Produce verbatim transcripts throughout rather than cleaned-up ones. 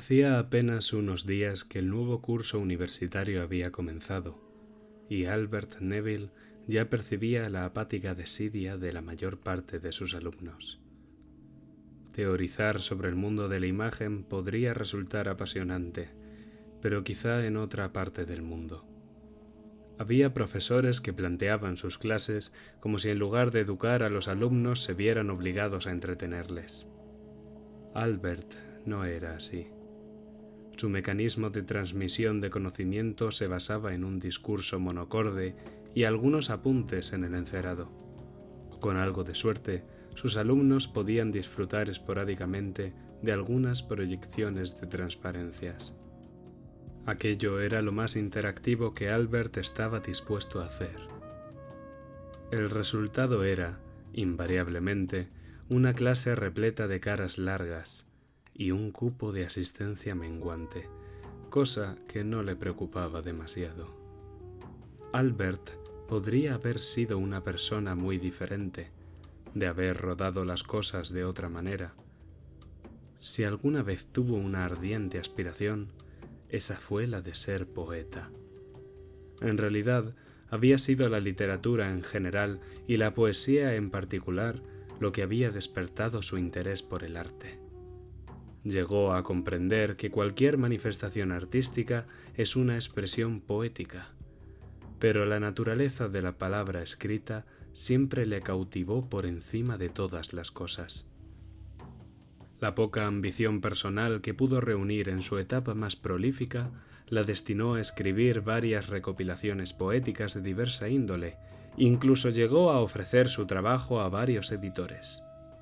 Hacía apenas unos días que el nuevo curso universitario había comenzado, y Albert Neville ya percibía la apática desidia de la mayor parte de sus alumnos. Teorizar sobre el mundo de la imagen podría resultar apasionante, pero quizá en otra parte del mundo. Había profesores que planteaban sus clases como si en lugar de educar a los alumnos se vieran obligados a entretenerles. Albert no era así. Su mecanismo de transmisión de conocimiento se basaba en un discurso monocorde y algunos apuntes en el encerado. Con algo de suerte, sus alumnos podían disfrutar esporádicamente de algunas proyecciones de transparencias. Aquello era lo más interactivo que Albert estaba dispuesto a hacer. El resultado era, invariablemente, una clase repleta de caras largas y un cupo de asistencia menguante, cosa que no le preocupaba demasiado. Albert podría haber sido una persona muy diferente, de haber rodado las cosas de otra manera. Si alguna vez tuvo una ardiente aspiración, esa fue la de ser poeta. En realidad, había sido la literatura en general y la poesía en particular lo que había despertado su interés por el arte. Llegó a comprender que cualquier manifestación artística es una expresión poética, pero la naturaleza de la palabra escrita siempre le cautivó por encima de todas las cosas. La poca ambición personal que pudo reunir en su etapa más prolífica la destinó a escribir varias recopilaciones poéticas de diversa índole, incluso llegó a ofrecer su trabajo a varios editores.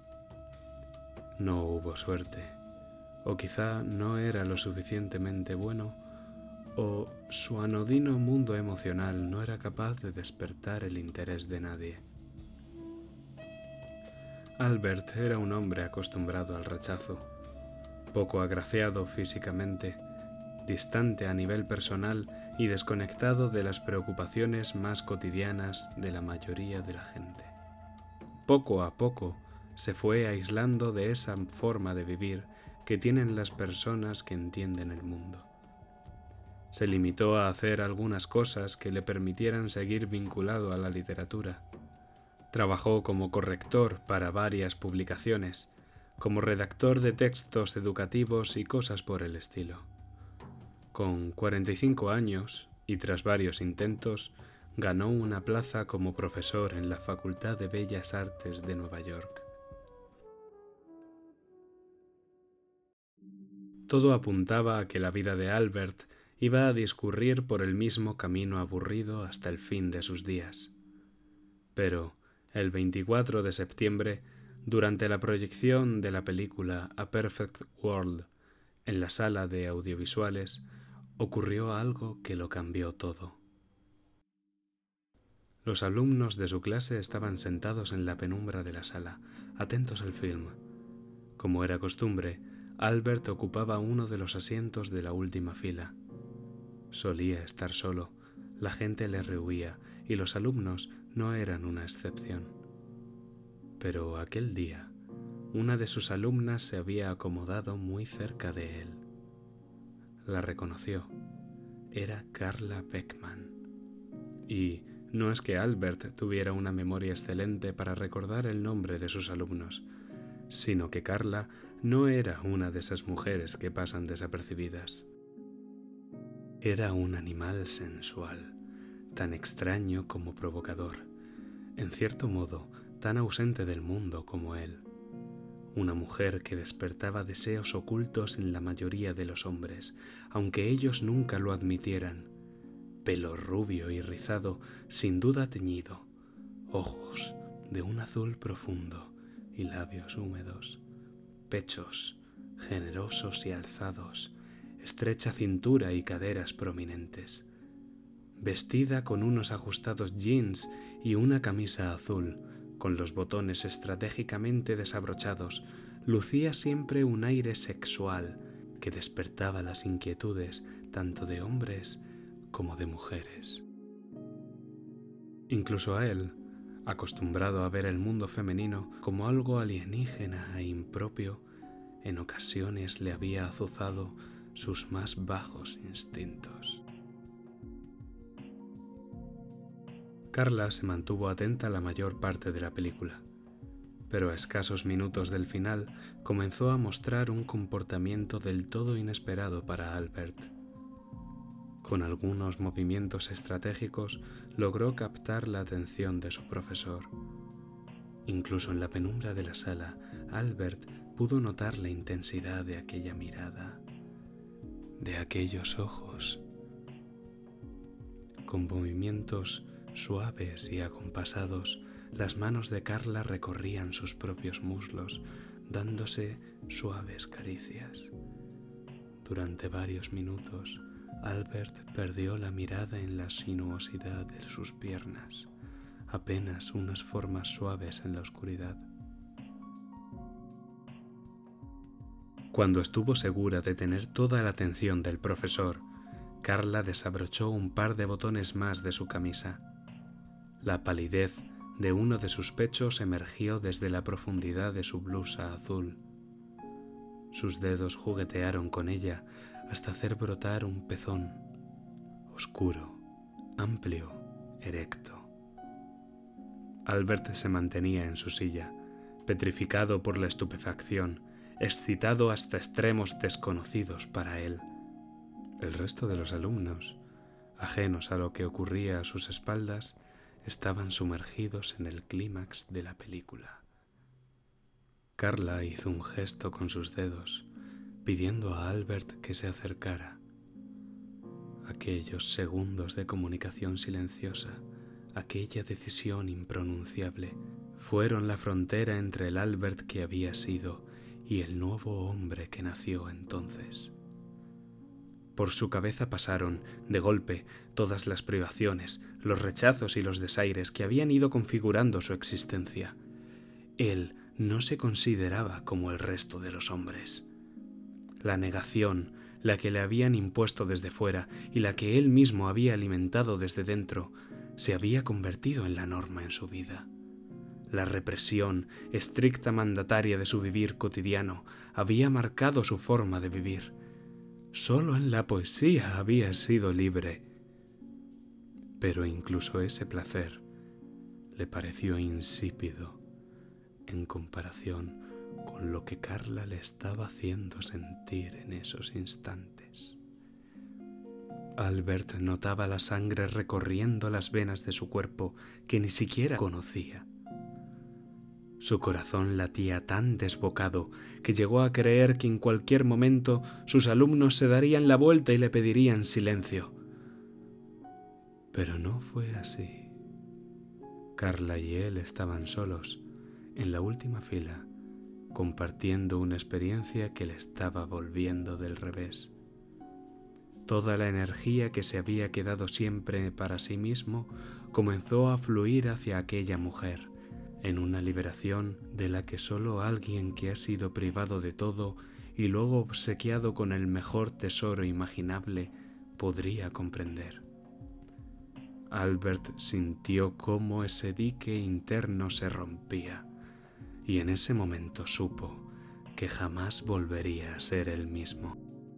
No hubo suerte, o quizá no era lo suficientemente bueno, o su anodino mundo emocional no era capaz de despertar el interés de nadie. Albert era un hombre acostumbrado al rechazo, poco agraciado físicamente, distante a nivel personal y desconectado de las preocupaciones más cotidianas de la mayoría de la gente. Poco a poco se fue aislando de esa forma de vivir que tienen las personas que entienden el mundo. Se limitó a hacer algunas cosas que le permitieran seguir vinculado a la literatura. Trabajó como corrector para varias publicaciones, como redactor de textos educativos y cosas por el estilo. Con cuarenta y cinco años, y tras varios intentos, ganó una plaza como profesor en la Facultad de Bellas Artes de Nueva York. Todo apuntaba a que la vida de Albert iba a discurrir por el mismo camino aburrido hasta el fin de sus días. Pero, el veinticuatro de septiembre, durante la proyección de la película A Perfect World en la sala de audiovisuales, ocurrió algo que lo cambió todo. Los alumnos de su clase estaban sentados en la penumbra de la sala, atentos al film. Como era costumbre, Albert ocupaba uno de los asientos de la última fila. Solía estar solo, la gente le rehuía y los alumnos no eran una excepción. Pero aquel día, una de sus alumnas se había acomodado muy cerca de él. La reconoció. Era Carla Beckman. Y no es que Albert tuviera una memoria excelente para recordar el nombre de sus alumnos, sino que Carla no era una de esas mujeres que pasan desapercibidas. Era un animal sensual, tan extraño como provocador, en cierto modo tan ausente del mundo como él. Una mujer que despertaba deseos ocultos en la mayoría de los hombres, aunque ellos nunca lo admitieran. Pelo rubio y rizado, sin duda teñido, ojos de un azul profundo y labios húmedos, pechos generosos y alzados, estrecha cintura y caderas prominentes. Vestida con unos ajustados jeans y una camisa azul, con los botones estratégicamente desabrochados, lucía siempre un aire sexual que despertaba las inquietudes tanto de hombres como de mujeres. Incluso a él, acostumbrado a ver el mundo femenino como algo alienígena e impropio, en ocasiones le había azuzado sus más bajos instintos. Carla se mantuvo atenta la mayor parte de la película, pero a escasos minutos del final comenzó a mostrar un comportamiento del todo inesperado para Albert. Con algunos movimientos estratégicos logró captar la atención de su profesor. Incluso en la penumbra de la sala, Albert pudo notar la intensidad de aquella mirada, de aquellos ojos. Con movimientos suaves y acompasados, las manos de Carla recorrían sus propios muslos, dándose suaves caricias. Durante varios minutos, Albert perdió la mirada en la sinuosidad de sus piernas, apenas unas formas suaves en la oscuridad. Cuando estuvo segura de tener toda la atención del profesor, Carla desabrochó un par de botones más de su camisa. La palidez de uno de sus pechos emergió desde la profundidad de su blusa azul. Sus dedos juguetearon con ella hasta hacer brotar un pezón, oscuro, amplio, erecto. Albert se mantenía en su silla, petrificado por la estupefacción, excitado hasta extremos desconocidos para él. El resto de los alumnos, ajenos a lo que ocurría a sus espaldas, estaban sumergidos en el clímax de la película. Carla hizo un gesto con sus dedos, pidiendo a Albert que se acercara. Aquellos segundos de comunicación silenciosa, aquella decisión impronunciable, fueron la frontera entre el Albert que había sido y el nuevo hombre que nació entonces. Por su cabeza pasaron, de golpe, todas las privaciones, los rechazos y los desaires que habían ido configurando su existencia. Él no se consideraba como el resto de los hombres. La negación, la que le habían impuesto desde fuera y la que él mismo había alimentado desde dentro, se había convertido en la norma en su vida. La represión, estricta mandataria de su vivir cotidiano, había marcado su forma de vivir. Solo en la poesía había sido libre. Pero incluso ese placer le pareció insípido en comparación con lo que Carla le estaba haciendo sentir en esos instantes. Albert notaba la sangre recorriendo las venas de su cuerpo que ni siquiera conocía. Su corazón latía tan desbocado que llegó a creer que en cualquier momento sus alumnos se darían la vuelta y le pedirían silencio. Pero no fue así. Carla y él estaban solos, en la última fila, compartiendo una experiencia que le estaba volviendo del revés. Toda la energía que se había quedado siempre para sí mismo comenzó a fluir hacia aquella mujer, en una liberación de la que solo alguien que ha sido privado de todo y luego obsequiado con el mejor tesoro imaginable podría comprender. Albert sintió cómo ese dique interno se rompía, y en ese momento supo que jamás volvería a ser el mismo.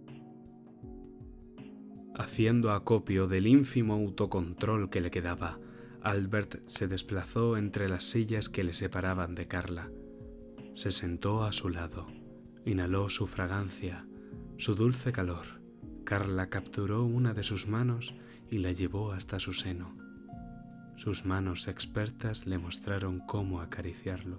Haciendo acopio del ínfimo autocontrol que le quedaba, Albert se desplazó entre las sillas que le separaban de Carla. Se sentó a su lado, inhaló su fragancia, su dulce calor. Carla capturó una de sus manos y la llevó hasta su seno. Sus manos expertas le mostraron cómo acariciarlo.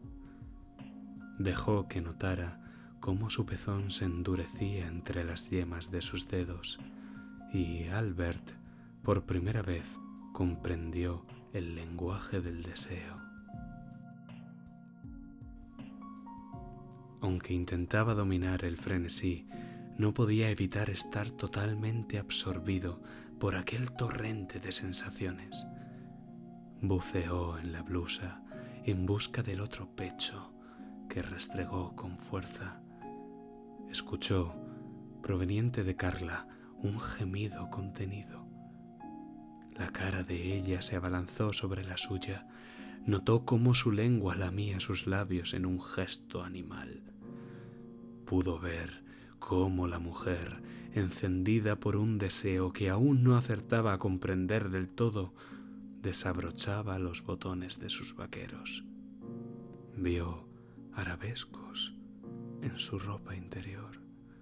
Dejó que notara cómo su pezón se endurecía entre las yemas de sus dedos y Albert, por primera vez, comprendió el lenguaje del deseo. Aunque intentaba dominar el frenesí, no podía evitar estar totalmente absorbido por aquel torrente de sensaciones. Buceó en la blusa en busca del otro pecho que restregó con fuerza. Escuchó, proveniente de Carla, un gemido contenido. La cara de ella se abalanzó sobre la suya. Notó cómo su lengua lamía sus labios en un gesto animal. Pudo ver cómo la mujer, encendida por un deseo que aún no acertaba a comprender del todo, desabrochaba los botones de sus vaqueros. Vio arabescos en su ropa interior.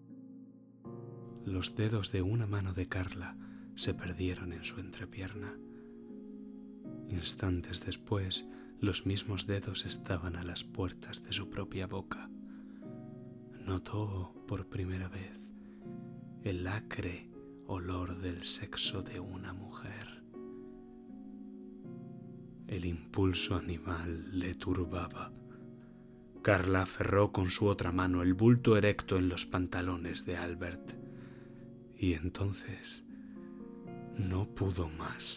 Los dedos de una mano de Carla se perdieron en su entrepierna. Instantes después, los mismos dedos estaban a las puertas de su propia boca. Notó por primera vez el acre olor del sexo de una mujer. El impulso animal le turbaba. Carla aferró con su otra mano el bulto erecto en los pantalones de Albert. Y entonces no pudo más.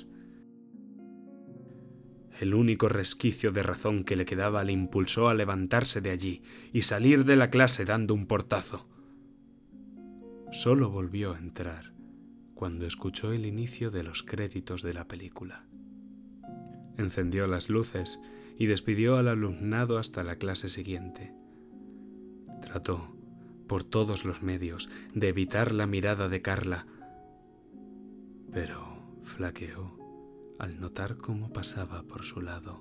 El único resquicio de razón que le quedaba le impulsó a levantarse de allí y salir de la clase dando un portazo. Solo volvió a entrar cuando escuchó el inicio de los créditos de la película. Encendió las luces y despidió al alumnado hasta la clase siguiente. Trató, por todos los medios, de evitar la mirada de Carla, pero flaqueó al notar cómo pasaba por su lado.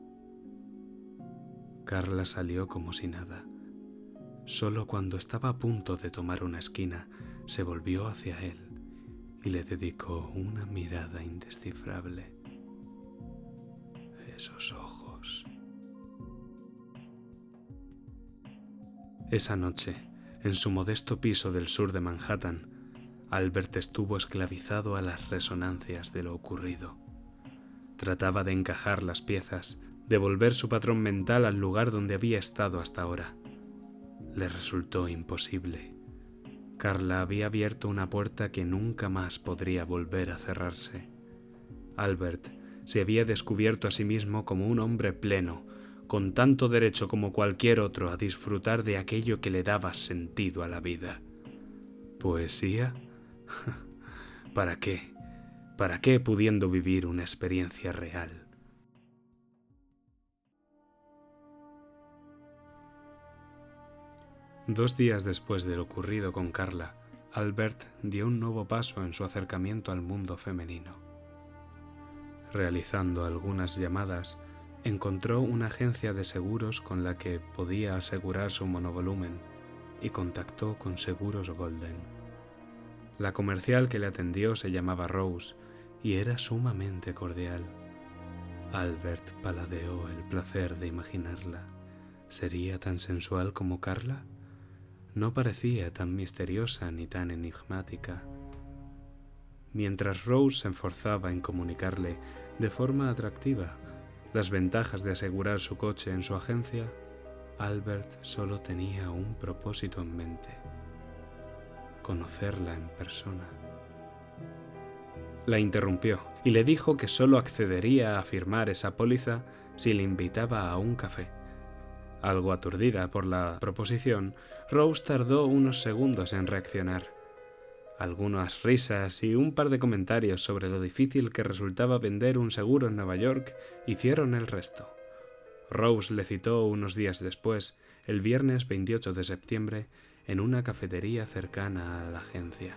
Carla salió como si nada. Solo cuando estaba a punto de tomar una esquina, se volvió hacia él y le dedicó una mirada indescifrable. Esos ojos. Esa noche, en su modesto piso del sur de Manhattan, Albert estuvo esclavizado a las resonancias de lo ocurrido. Trataba de encajar las piezas, de volver su patrón mental al lugar donde había estado hasta ahora. Le resultó imposible. Carla había abierto una puerta que nunca más podría volver a cerrarse. Albert se había descubierto a sí mismo como un hombre pleno, con tanto derecho como cualquier otro a disfrutar de aquello que le daba sentido a la vida. ¿Poesía? ¿Para qué? ¿Para qué pudiendo vivir una experiencia real? Dos días después de lo ocurrido con Carla, Albert dio un nuevo paso en su acercamiento al mundo femenino. Realizando algunas llamadas, encontró una agencia de seguros con la que podía asegurar su monovolumen y contactó con Seguros Golden. La comercial que le atendió se llamaba Rose y era sumamente cordial. Albert paladeó el placer de imaginarla. ¿Sería tan sensual como Carla? No parecía tan misteriosa ni tan enigmática. Mientras Rose se esforzaba en comunicarle de forma atractiva las ventajas de asegurar su coche en su agencia, Albert solo tenía un propósito en mente: conocerla en persona. La interrumpió y le dijo que solo accedería a firmar esa póliza si le invitaba a un café. Algo aturdida por la proposición, Rose tardó unos segundos en reaccionar. Algunas risas y un par de comentarios sobre lo difícil que resultaba vender un seguro en Nueva York hicieron el resto. Rose le citó unos días después, el viernes veintiocho de septiembre, en una cafetería cercana a la agencia.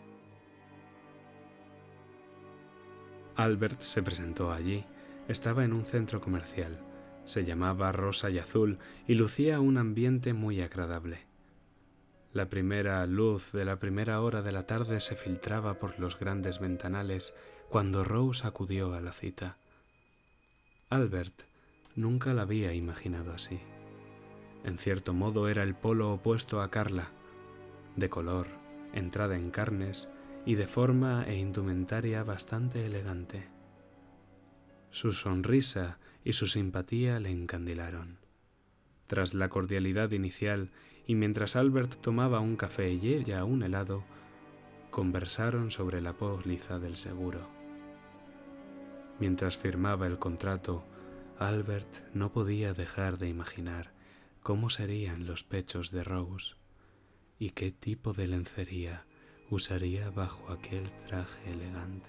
Albert se presentó allí. Estaba en un centro comercial. Se llamaba Rosa y Azul y lucía un ambiente muy agradable. La primera luz de la primera hora de la tarde se filtraba por los grandes ventanales cuando Rose acudió a la cita. Albert nunca la había imaginado así. En cierto modo era el polo opuesto a Carla, de color, entrada en carnes y de forma e indumentaria bastante elegante. Su sonrisa y su simpatía le encandilaron. Tras la cordialidad inicial y mientras Albert tomaba un café y ella un helado, conversaron sobre la póliza del seguro. Mientras firmaba el contrato, Albert no podía dejar de imaginar cómo serían los pechos de Rose y qué tipo de lencería usaría bajo aquel traje elegante.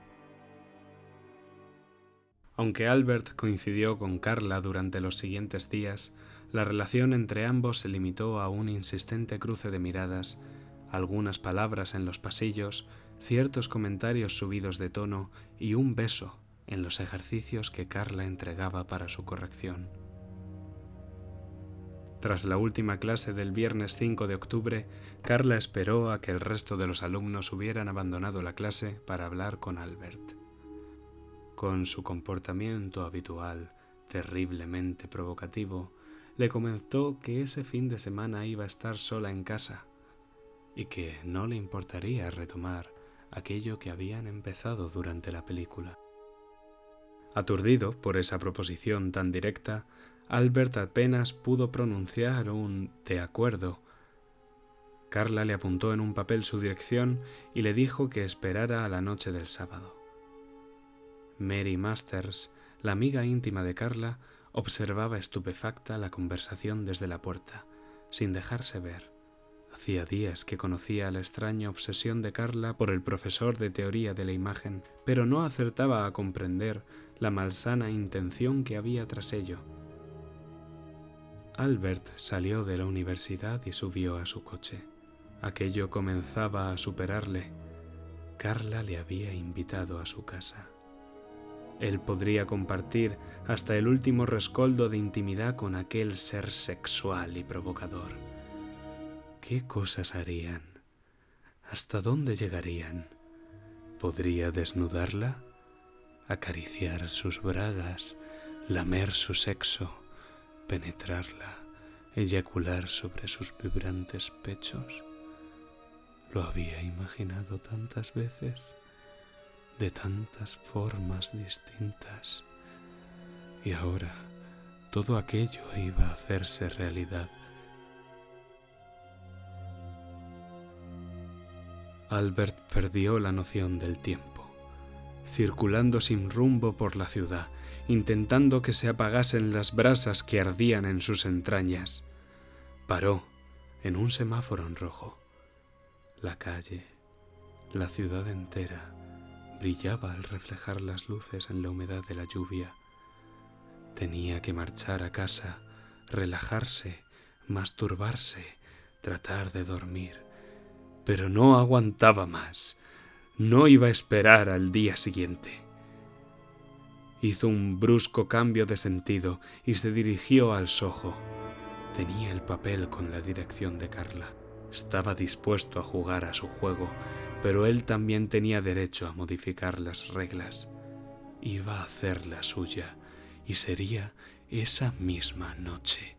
Aunque Albert coincidió con Carla durante los siguientes días, la relación entre ambos se limitó a un insistente cruce de miradas algunas palabras en los pasillos, ciertos comentarios subidos de tono y un beso en los ejercicios que Carla entregaba para su corrección. Tras la última clase del viernes cinco de octubre, Carla esperó a que el resto de los alumnos hubieran abandonado la clase para hablar con Albert. Con su comportamiento habitual, terriblemente provocativo, le comentó que ese fin de semana iba a estar sola en casa y que no le importaría retomar aquello que habían empezado durante la película. Aturdido por esa proposición tan directa, Albert apenas pudo pronunciar un «de acuerdo». Carla le apuntó en un papel su dirección y le dijo que esperara a la noche del sábado. Mary Masters, la amiga íntima de Carla, observaba estupefacta la conversación desde la puerta, sin dejarse ver. Hacía días que conocía la extraña obsesión de Carla por el profesor de teoría de la imagen, pero no acertaba a comprender la malsana intención que había tras ello. Albert salió de la universidad y subió a su coche. Aquello comenzaba a superarle. Carla le había invitado a su casa. Él podría compartir hasta el último rescoldo de intimidad con aquel ser sexual y provocador. ¿Qué cosas harían? ¿Hasta dónde llegarían? ¿Podría desnudarla? ¿Acariciar sus bragas? ¿Lamer su sexo? ¿Penetrarla? ¿Eyacular sobre sus vibrantes pechos? Lo había imaginado tantas veces, de tantas formas distintas, y ahora todo aquello iba a hacerse realidad. Albert perdió la noción del tiempo, circulando sin rumbo por la ciudad, intentando que se apagasen las brasas que ardían en sus entrañas. Paró en un semáforo en rojo. La calle, la ciudad entera, brillaba al reflejar las luces en la humedad de la lluvia. Tenía que marchar a casa, relajarse, masturbarse, tratar de dormir. Pero no aguantaba más. No iba a esperar al día siguiente. Hizo un brusco cambio de sentido y se dirigió al Soho. Tenía el papel con la dirección de Carla. Estaba dispuesto a jugar a su juego, pero él también tenía derecho a modificar las reglas. Iba a hacer la suya, y sería esa misma noche.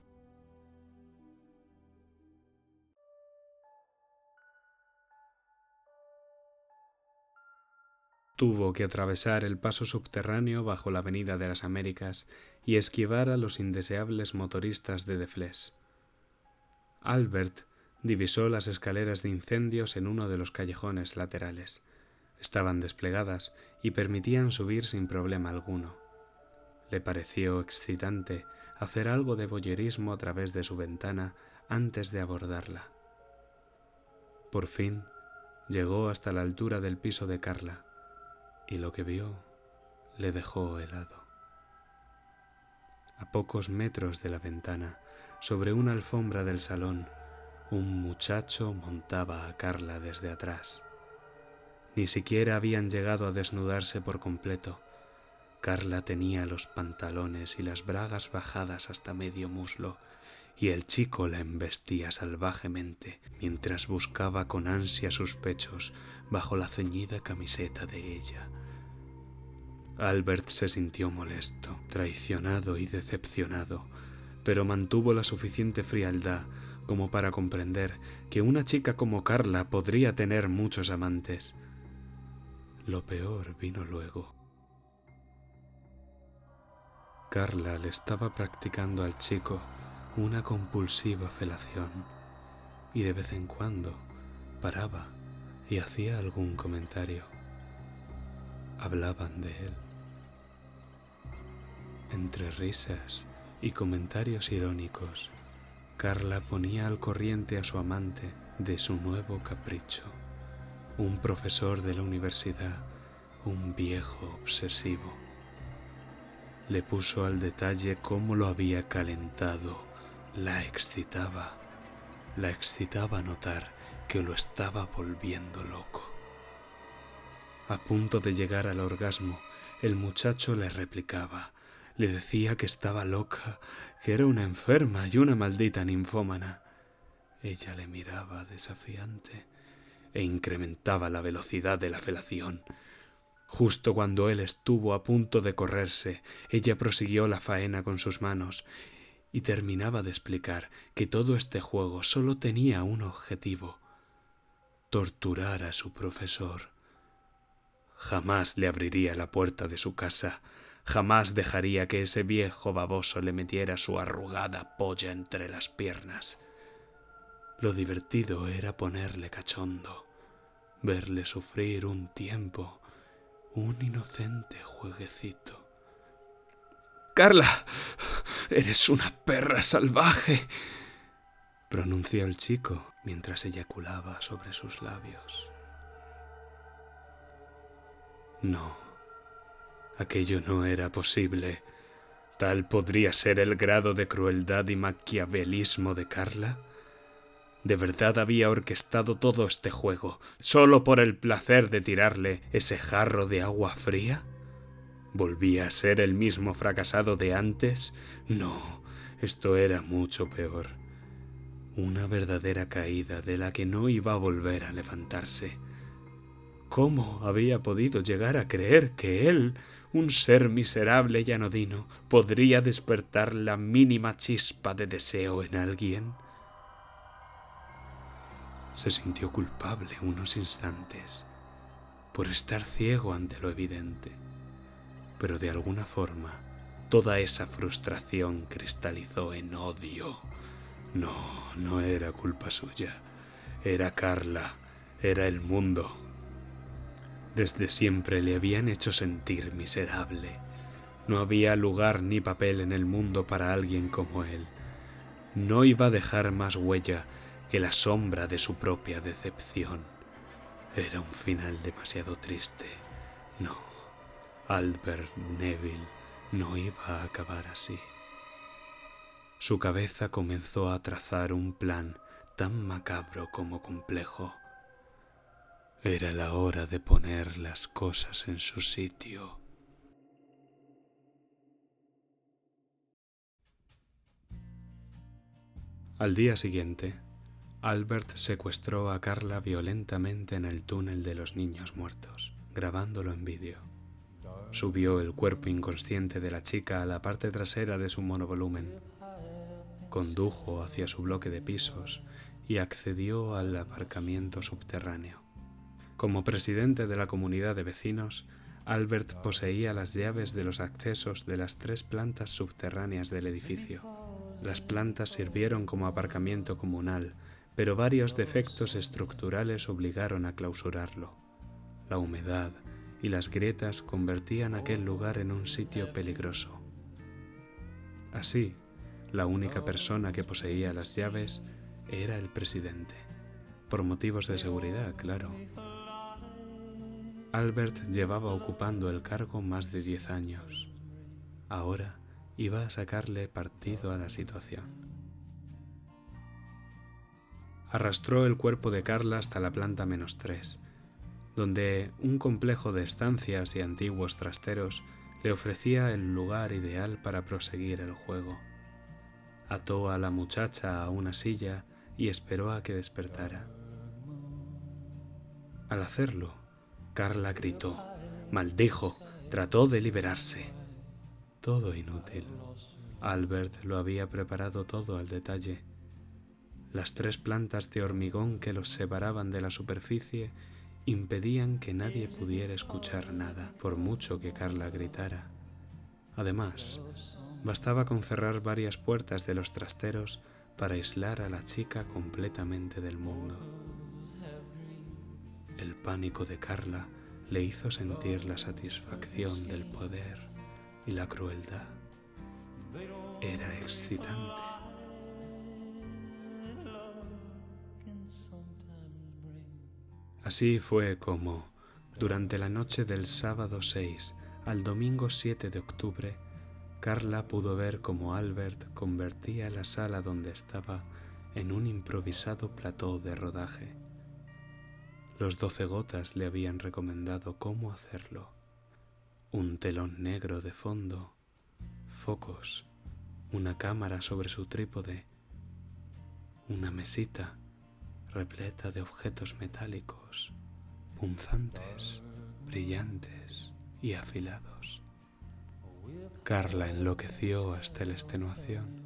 Tuvo que atravesar el paso subterráneo bajo la Avenida de las Américas y esquivar a los indeseables motoristas de The Flesh. Albert divisó las escaleras de incendios en uno de los callejones laterales. Estaban desplegadas y permitían subir sin problema alguno. Le pareció excitante hacer algo de voyerismo a través de su ventana antes de abordarla. Por fin llegó hasta la altura del piso de Carla, y lo que vio le dejó helado. A pocos metros de la ventana, sobre una alfombra del salón, un muchacho montaba a Carla desde atrás. Ni siquiera habían llegado a desnudarse por completo. Carla tenía los pantalones y las bragas bajadas hasta medio muslo, y el chico la embestía salvajemente mientras buscaba con ansia sus pechos bajo la ceñida camiseta de ella. Albert se sintió molesto, traicionado y decepcionado, pero mantuvo la suficiente frialdad como para comprender que una chica como Carla podría tener muchos amantes. Lo peor vino luego. Carla le estaba practicando al chico una compulsiva felación, y de vez en cuando paraba y hacía algún comentario. Hablaban de él. Entre risas y comentarios irónicos, Carla ponía al corriente a su amante de su nuevo capricho. Un profesor de la universidad, un viejo obsesivo. Le puso al detalle cómo lo había calentado. La excitaba. La excitaba notar que lo estaba volviendo loco. A punto de llegar al orgasmo, el muchacho le replicaba, le decía que estaba loca, que era una enferma y una maldita ninfómana. Ella le miraba desafiante e incrementaba la velocidad de la felación. Justo cuando él estuvo a punto de correrse, ella prosiguió la faena con sus manos y terminaba de explicar que todo este juego solo tenía un objetivo: torturar a su profesor. Jamás le abriría la puerta de su casa, jamás dejaría que ese viejo baboso le metiera su arrugada polla entre las piernas. Lo divertido era ponerle cachondo, verle sufrir un tiempo, un inocente jueguecito. «Carla, eres una perra salvaje», pronunció el chico mientras eyaculaba sobre sus labios. No, aquello no era posible. ¿Tal podría ser el grado de crueldad y maquiavelismo de Carla? ¿De verdad había orquestado todo este juego solo por el placer de tirarle ese jarro de agua fría? ¿Volvía a ser el mismo fracasado de antes? No, esto era mucho peor. Una verdadera caída de la que no iba a volver a levantarse. ¿Cómo había podido llegar a creer que él, un ser miserable y anodino, podría despertar la mínima chispa de deseo en alguien? Se sintió culpable unos instantes por estar ciego ante lo evidente, pero de alguna forma toda esa frustración cristalizó en odio. No, no era culpa suya, era Carla, era el mundo. Desde siempre le habían hecho sentir miserable. No había lugar ni papel en el mundo para alguien como él. No iba a dejar más huella que la sombra de su propia decepción. Era un final demasiado triste. No, Albert Neville no iba a acabar así. Su cabeza comenzó a trazar un plan tan macabro como complejo. Era la hora de poner las cosas en su sitio. Al día siguiente, Albert secuestró a Carla violentamente en el túnel de los niños muertos, grabándolo en vídeo. Subió el cuerpo inconsciente de la chica a la parte trasera de su monovolumen, condujo hacia su bloque de pisos y accedió al aparcamiento subterráneo. Como presidente de la comunidad de vecinos, Albert poseía las llaves de los accesos de las tres plantas subterráneas del edificio. Las plantas sirvieron como aparcamiento comunal, pero varios defectos estructurales obligaron a clausurarlo. La humedad y las grietas convertían aquel lugar en un sitio peligroso. Así, la única persona que poseía las llaves era el presidente, por motivos de seguridad, claro. Albert llevaba ocupando el cargo más de diez años. Ahora iba a sacarle partido a la situación. Arrastró el cuerpo de Carla hasta la planta menos tres, donde un complejo de estancias y antiguos trasteros le ofrecía el lugar ideal para proseguir el juego. Ató a la muchacha a una silla y esperó a que despertara. Al hacerlo, Carla gritó, maldijo, trató de liberarse. Todo inútil. Albert lo había preparado todo al detalle. Las tres plantas de hormigón que los separaban de la superficie impedían que nadie pudiera escuchar nada, por mucho que Carla gritara. Además, bastaba con cerrar varias puertas de los trasteros para aislar a la chica completamente del mundo. El pánico de Carla le hizo sentir la satisfacción del poder y la crueldad. Era excitante. Así fue como, durante la noche del sábado seis al domingo siete de octubre, Carla pudo ver cómo Albert convertía la sala donde estaba en un improvisado plató de rodaje. Los doce gotas le habían recomendado cómo hacerlo. Un telón negro de fondo, focos, una cámara sobre su trípode, una mesita repleta de objetos metálicos, punzantes, brillantes y afilados. Carla enloqueció hasta la extenuación.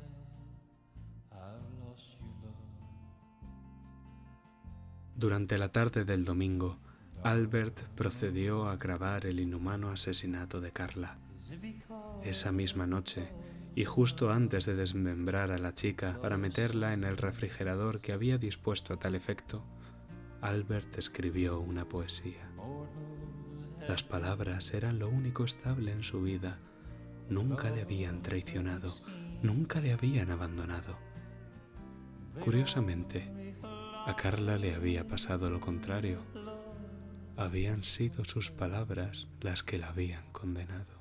Durante la tarde del domingo, Albert procedió a grabar el inhumano asesinato de Carla. Esa misma noche, y justo antes de desmembrar a la chica para meterla en el refrigerador que había dispuesto a tal efecto, Albert escribió una poesía. Las palabras eran lo único estable en su vida. Nunca le habían traicionado, nunca le habían abandonado. Curiosamente, a Carla le había pasado lo contrario. Habían sido sus palabras las que la habían condenado.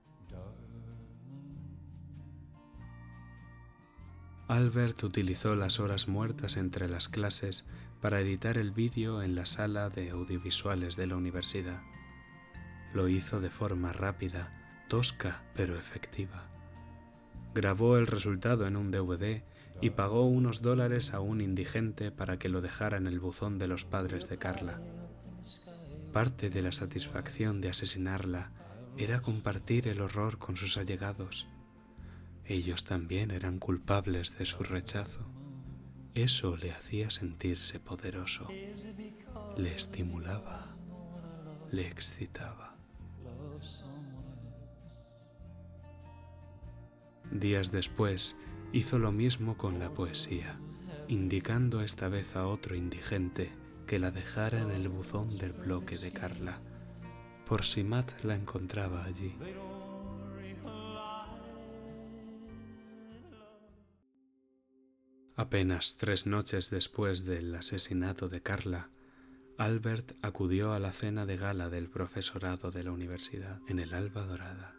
Albert utilizó las horas muertas entre las clases para editar el vídeo en la sala de audiovisuales de la universidad. Lo hizo de forma rápida, tosca pero efectiva. Grabó el resultado en un D V D y pagó unos dólares a un indigente para que lo dejara en el buzón de los padres de Carla. Parte de la satisfacción de asesinarla era compartir el horror con sus allegados. Ellos también eran culpables de su rechazo. Eso le hacía sentirse poderoso, le estimulaba, le excitaba. Días después, hizo lo mismo con la poesía, indicando esta vez a otro indigente que la dejara en el buzón del bloque de Carla, por si Matt la encontraba allí. Apenas tres noches después del asesinato de Carla, Albert acudió a la cena de gala del profesorado de la universidad en el Alba Dorada.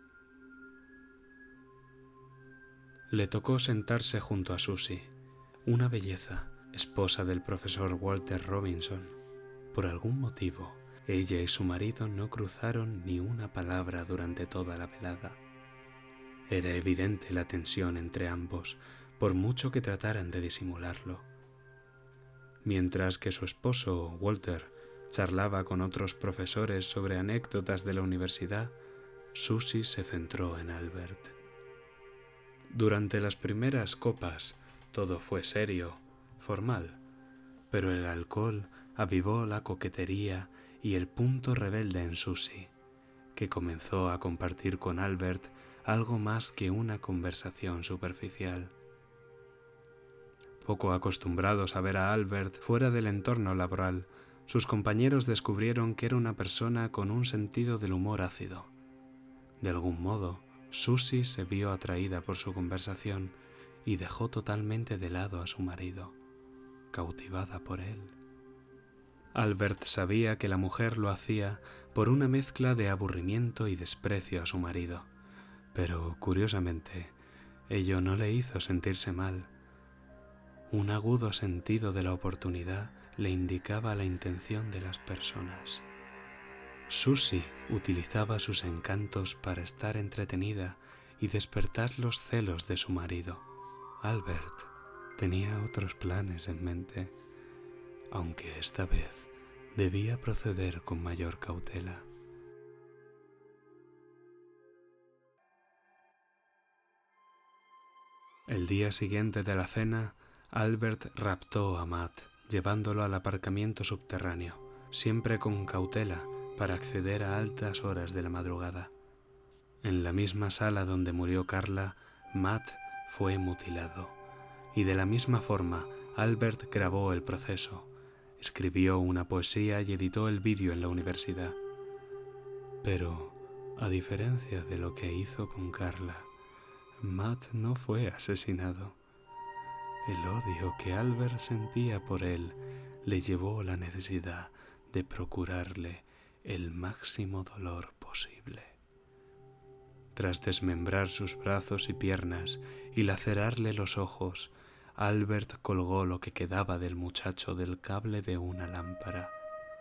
Le tocó sentarse junto a Susie, una belleza, esposa del profesor Walter Robinson. Por algún motivo, ella y su marido no cruzaron ni una palabra durante toda la velada. Era evidente la tensión entre ambos, por mucho que trataran de disimularlo. Mientras que su esposo, Walter, charlaba con otros profesores sobre anécdotas de la universidad, Susie se centró en Albert. Durante las primeras copas, todo fue serio, formal, pero el alcohol avivó la coquetería y el punto rebelde en Susie, que comenzó a compartir con Albert algo más que una conversación superficial. Poco acostumbrados a ver a Albert fuera del entorno laboral, sus compañeros descubrieron que era una persona con un sentido del humor ácido. De algún modo, Susie se vio atraída por su conversación y dejó totalmente de lado a su marido, cautivada por él. Albert sabía que la mujer lo hacía por una mezcla de aburrimiento y desprecio a su marido, pero, curiosamente, ello no le hizo sentirse mal. Un agudo sentido de la oportunidad le indicaba la intención de las personas. Susie utilizaba sus encantos para estar entretenida y despertar los celos de su marido. Albert tenía otros planes en mente, aunque esta vez debía proceder con mayor cautela. El día siguiente de la cena, Albert raptó a Matt, llevándolo al aparcamiento subterráneo, siempre con cautela para acceder a altas horas de la madrugada. En la misma sala donde murió Carla, Matt fue mutilado, y de la misma forma Albert grabó el proceso, escribió una poesía y editó el vídeo en la universidad. Pero, a diferencia de lo que hizo con Carla, Matt no fue asesinado. El odio que Albert sentía por él le llevó a la necesidad de procurarle el máximo dolor posible. Tras desmembrar sus brazos y piernas y lacerarle los ojos, Albert colgó lo que quedaba del muchacho del cable de una lámpara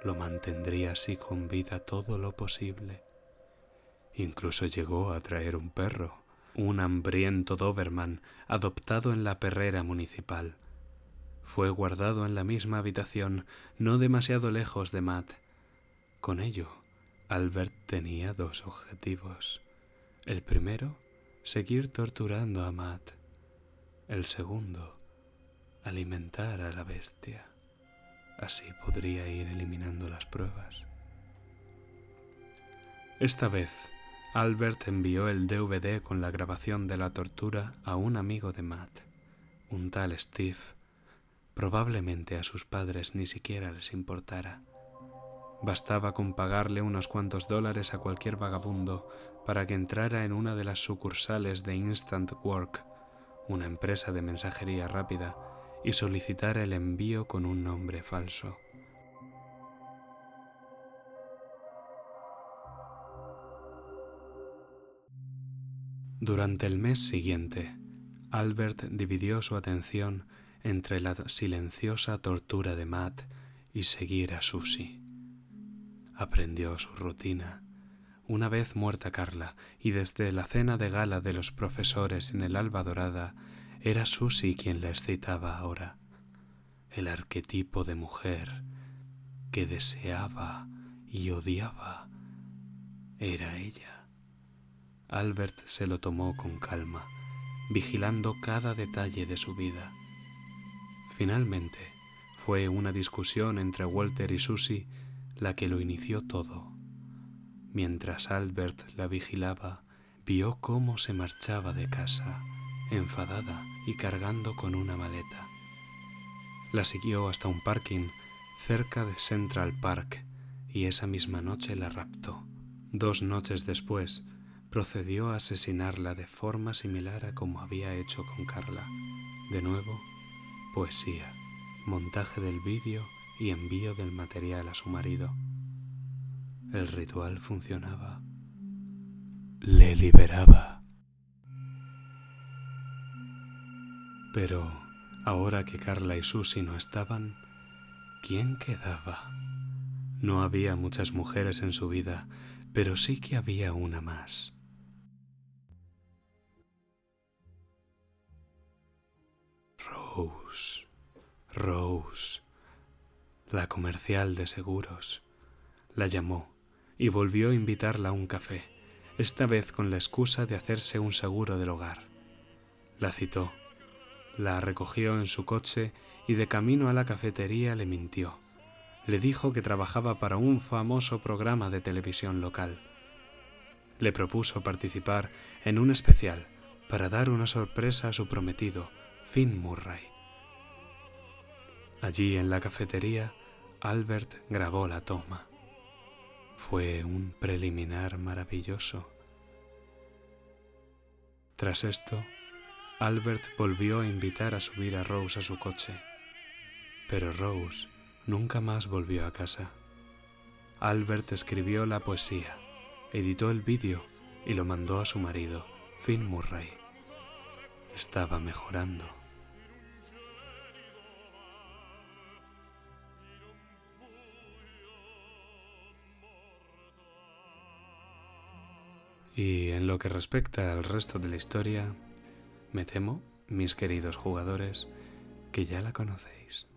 lo mantendría así con vida todo lo posible. Incluso llegó a traer un perro, un hambriento Doberman adoptado en la perrera municipal. Fue guardado en la misma habitación, no demasiado lejos de Matt. Con ello, Albert tenía dos objetivos. El primero, seguir torturando a Matt. El segundo, alimentar a la bestia. Así podría ir eliminando las pruebas. Esta vez, Albert envió el D V D con la grabación de la tortura a un amigo de Matt, un tal Steve. Probablemente a sus padres ni siquiera les importara. Bastaba con pagarle unos cuantos dólares a cualquier vagabundo para que entrara en una de las sucursales de Instant Work, una empresa de mensajería rápida, y solicitara el envío con un nombre falso. Durante el mes siguiente, Albert dividió su atención entre la silenciosa tortura de Matt y seguir a Susie. Aprendió su rutina. Una vez muerta Carla, y desde la cena de gala de los profesores en el Alba Dorada, era Susie quien la excitaba ahora. El arquetipo de mujer que deseaba y odiaba era ella. Albert se lo tomó con calma, vigilando cada detalle de su vida. Finalmente, fue una discusión entre Walter y Susie la que lo inició todo. Mientras Albert la vigilaba, vio cómo se marchaba de casa, enfadada y cargando con una maleta. La siguió hasta un parking cerca de Central Park y esa misma noche la raptó. Dos noches después, procedió a asesinarla de forma similar a como había hecho con Carla. De nuevo, poesía, montaje del vídeo y envío del material a su marido. El ritual funcionaba. Le liberaba. Pero, ahora que Carla y Susie no estaban, ¿quién quedaba? No había muchas mujeres en su vida, pero sí que había una más. Rose, Rose, la comercial de seguros. La llamó y volvió a invitarla a un café, esta vez con la excusa de hacerse un seguro del hogar. La citó, la recogió en su coche y de camino a la cafetería le mintió. Le dijo que trabajaba para un famoso programa de televisión local. Le propuso participar en un especial para dar una sorpresa a su prometido, Finn Murray. Allí en la cafetería, Albert grabó la toma. Fue un preliminar maravilloso. Tras esto, Albert volvió a invitar a subir a Rose a su coche, pero Rose nunca más volvió a casa. Albert escribió la poesía, editó el vídeo y lo mandó a su marido, Finn Murray. Estaba mejorando. Y en lo que respecta al resto de la historia, me temo, mis queridos jugadores, que ya la conocéis.